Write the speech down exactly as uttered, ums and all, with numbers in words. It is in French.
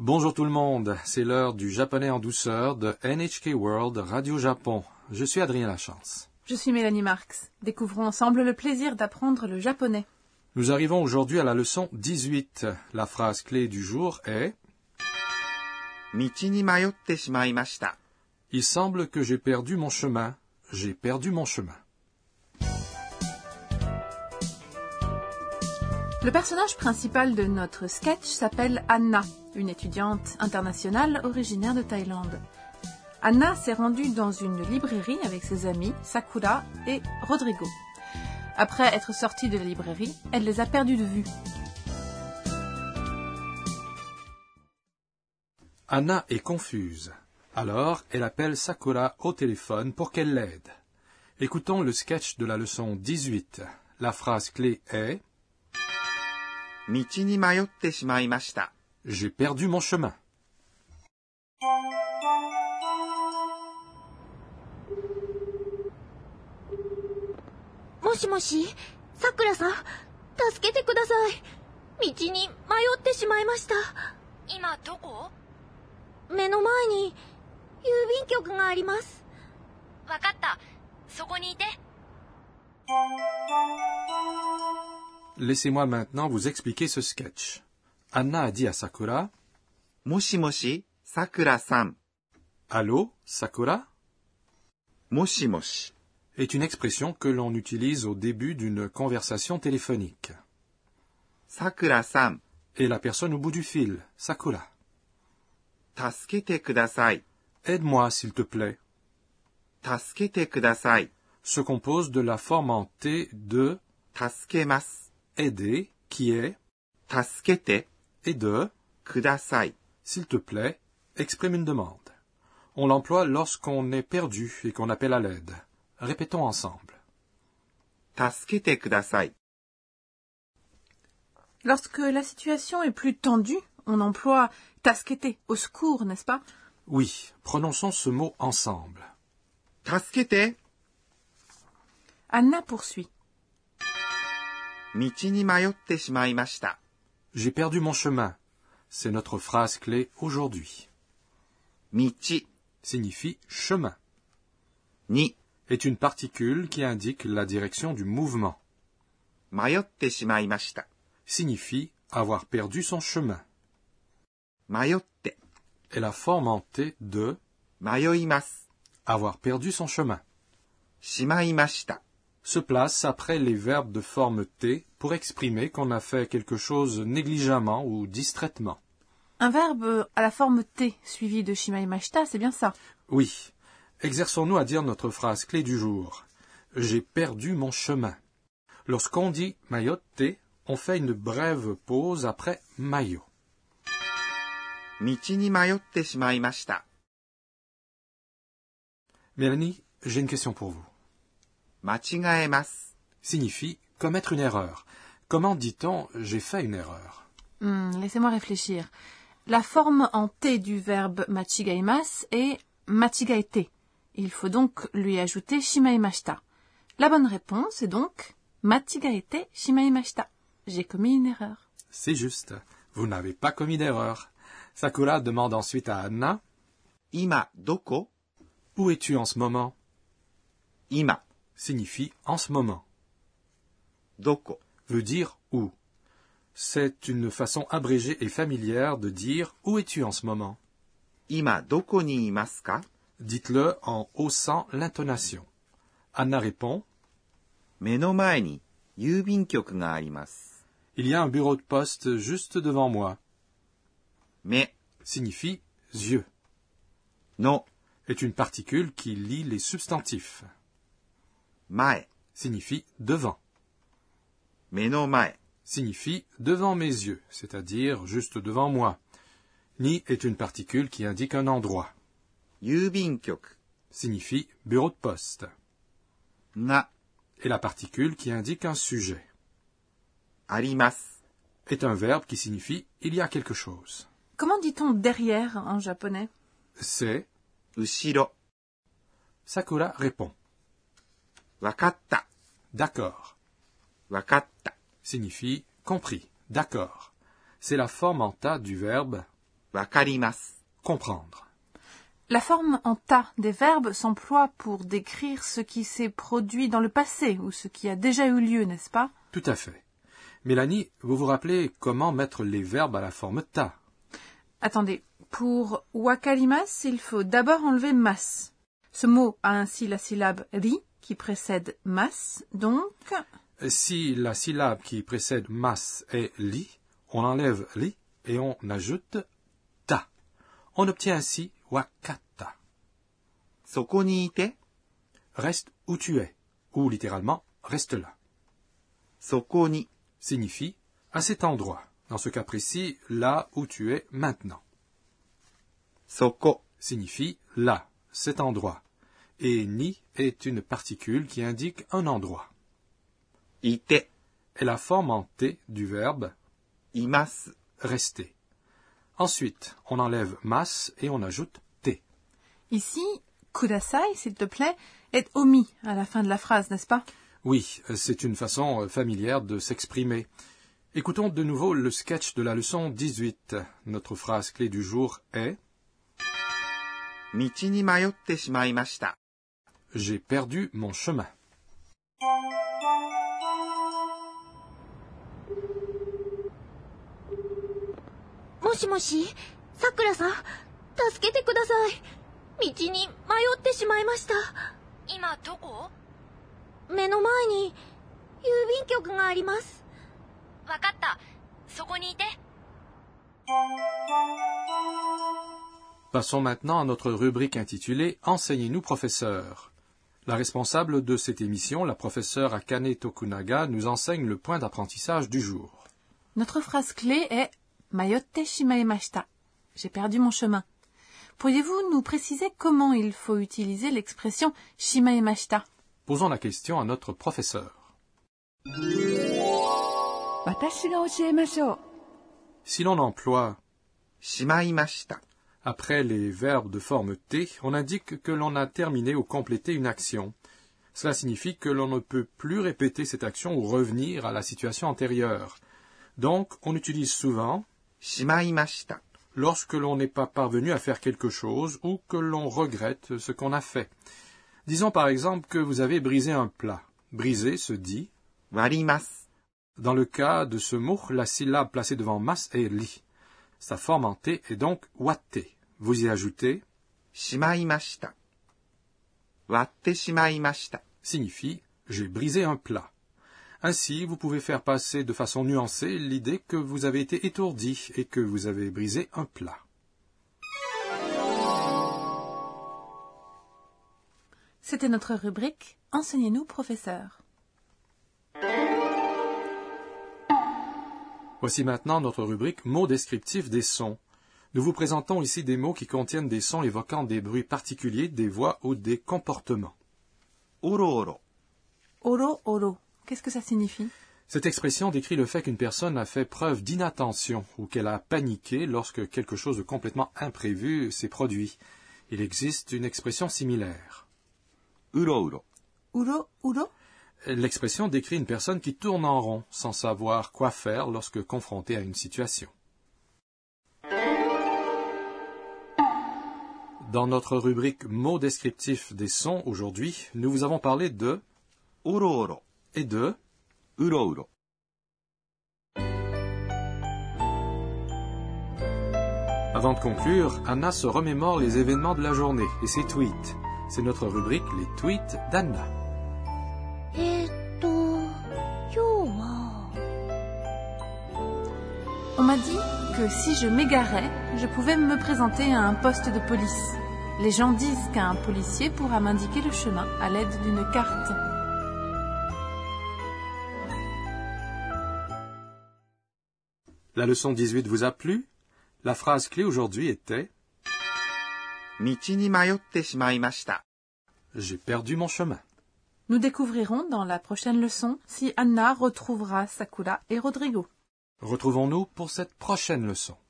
Bonjour tout le monde, c'est l'heure du japonais en douceur de N H K World Radio Japon. Je suis Adrien Lachance. Je suis Mélanie Marx. Découvrons ensemble le plaisir d'apprendre le japonais. Nous arrivons aujourd'hui à la leçon dix-huit. La phrase clé du jour est « Il semble que j'ai perdu mon chemin. J'ai perdu mon chemin. » Le personnage principal de notre sketch s'appelle Anna, une étudiante internationale originaire de Thaïlande. Anna s'est rendue dans une librairie avec ses amis Sakura et Rodrigo. Après être sortie de la librairie, elle les a perdus de vue. Anna est confuse. Alors, elle appelle Sakura au téléphone pour qu'elle l'aide. Écoutons le sketch de la leçon dix-huit. La phrase clé est « J'ai perdu mon chemin. » もしもし、さくらさん、助けてください。道に迷ってしまいました。今どこ？目の前に郵便局があります。わかった。そこにいて。 Laissez-moi maintenant vous expliquer ce sketch. Anna a dit à Sakura « Moshi moshi, Sakura-san. » Allô, Sakura ? Moshi moshi est une expression que l'on utilise au début d'une conversation téléphonique. Sakura-san. Et la personne au bout du fil, Sakura. Tasukete kudasai. Aide-moi, s'il te plaît. Tasukete kudasai. Se compose de la forme en T de tasukemasu. Aider, qui est tasukete et de kudasai. S'il te plaît, exprime une demande. On l'emploie lorsqu'on est perdu et qu'on appelle à l'aide. Répétons ensemble. Tasukete kudasai. Lorsque la situation est plus tendue, on emploie tasukete, au secours, n'est-ce pas? Oui, prononçons ce mot ensemble. Tasukete. Anna poursuit. J'ai perdu mon chemin. C'est notre phrase clé aujourd'hui. Michi signifie chemin. Ni est une particule qui indique la direction du mouvement. Mayotte shimai-mashita signifie avoir perdu son chemin. Mayotte est la forme en T de mayoimasu. Avoir perdu son chemin. Shimai-mashita se place après les verbes de forme T pour exprimer qu'on a fait quelque chose négligemment ou distraitement. Un verbe à la forme T suivi de shimaimashita, c'est bien ça? Oui. Exerçons-nous à dire notre phrase clé du jour. J'ai perdu mon chemin. Lorsqu'on dit mayotte, on fait une brève pause après mayo. Michi ni mayotte shimaimashita. Mélanie, j'ai une question pour vous. Machigaemasu signifie commettre une erreur. Comment dit-on « j'ai fait une erreur » hmm, Laissez-moi réfléchir. La forme en T du verbe machigaemasu est machigaete. Il faut donc lui ajouter shimaimashita. La bonne réponse est donc machigaete shimaimashita. J'ai commis une erreur. C'est juste. Vous n'avez pas commis d'erreur. Sakura demande ensuite à Anna « Ima doko » Où es-tu en ce moment ? Ima signifie en ce moment. Doko veut dire où. C'est une façon abrégée et familière de dire où es-tu en ce moment. Ima doko ni imasu ka? Dites-le en haussant l'intonation. Anna répond Menomae ni yubinkyōku ga arimasu. Il y a un bureau de poste juste devant moi. Me signifie yeux. No est une particule qui lie les substantifs. Mae signifie devant. Menomae signifie devant mes yeux, c'est-à-dire juste devant moi. Ni est une particule qui indique un endroit. Yubinkyōku signifie bureau de poste. Ga est la particule qui indique un sujet. Arimasu est un verbe qui signifie il y a quelque chose. Comment dit-on derrière en japonais? C'est ushiro. Sakura répond. Wakatta. D'accord. Wakatta signifie compris, d'accord. C'est la forme en ta du verbe わかります。 comprendre. La forme en ta des verbes s'emploie pour décrire ce qui s'est produit dans le passé ou ce qui a déjà eu lieu, n'est-ce pas? Tout à fait. Mélanie, vous vous rappelez comment mettre les verbes à la forme ta? Attendez, pour wakarimas, il faut d'abord enlever mas. Ce mot a ainsi la syllabe ri qui précède mas, donc... Si la syllabe qui précède mas est li, on enlève li et on ajoute ta. On obtient ainsi wakata. そこにいて、 Reste où tu es, ou littéralement reste là. そこに Signifie à cet endroit. Dans ce cas précis, là où tu es maintenant. そこ Signifie là, cet endroit. Et ni est une particule qui indique un endroit. いて Est la forme en t du verbe います。 rester. Ensuite, on enlève mas et on ajoute t. Ici, kudasai, s'il te plaît, est omis à la fin de la phrase, n'est-ce pas? Oui, c'est une façon familière de s'exprimer. Écoutons de nouveau le sketch de la leçon dix-huit. Notre phrase clé du jour est 道に迷ってしまいました。 J'ai perdu mon chemin. もしもし、さくらさん、助けてください。道に迷ってしまいました。今どこ？目の前に郵便局があります。わかった。そこにいて。 Passons maintenant à notre rubrique intitulée « Enseignez-nous, professeur ». La responsable de cette émission, la professeure Akane Tokunaga, nous enseigne le point d'apprentissage du jour. Notre phrase clé est « Mayotte shimaemashita ». J'ai perdu mon chemin. Pourriez-vous nous préciser comment il faut utiliser l'expression « shimaemashita » ? Posons la question à notre professeur. Si l'on emploie しまいました。 après les verbes de forme T, on indique que l'on a terminé ou complété une action. Cela signifie que l'on ne peut plus répéter cette action ou revenir à la situation antérieure. Donc, on utilise souvent しまいました。 lorsque l'on n'est pas parvenu à faire quelque chose ou que l'on regrette ce qu'on a fait. Disons par exemple que vous avez brisé un plat. Briser se dit 割ります。 Dans le cas de ce mot, la syllabe placée devant mas est li. Sa forme en T est donc watte. Vous y ajoutez しまいました。割ってしまいました。 signifie j'ai brisé un plat. Ainsi, vous pouvez faire passer de façon nuancée l'idée que vous avez été étourdi et que vous avez brisé un plat. C'était notre rubrique « Enseignez-nous, professeur ». Voici maintenant notre rubrique mots descriptifs des sons. Nous vous présentons ici des mots qui contiennent des sons évoquant des bruits particuliers, des voix ou des comportements. おろおろ。 Oro oro. Qu'est-ce que ça signifie? Cette expression décrit le fait qu'une personne a fait preuve d'inattention ou qu'elle a paniqué lorsque quelque chose de complètement imprévu s'est produit. Il existe une expression similaire. うろうろ。 Uro uro? L'expression décrit une personne qui tourne en rond sans savoir quoi faire lorsque confrontée à une situation. Dans notre rubrique mots descriptifs des sons aujourd'hui, nous vous avons parlé de おろおろ。 et de うろうろ。 Avant de conclure, Anna se remémore les événements de la journée et ses tweets. C'est notre rubrique les tweets d'Anna. えーっと、今日は。 On m'a dit que si je m'égarais, je pouvais me présenter à un poste de police. Les gens disent qu'un policier pourra m'indiquer le chemin à l'aide d'une carte. La leçon dix-huit vous a plu? La phrase clé aujourd'hui était 道に迷ってしまいました。 J'ai perdu mon chemin. Nous découvrirons dans la prochaine leçon si Anna retrouvera Sakura et Rodrigo. Retrouvons-nous pour cette prochaine leçon.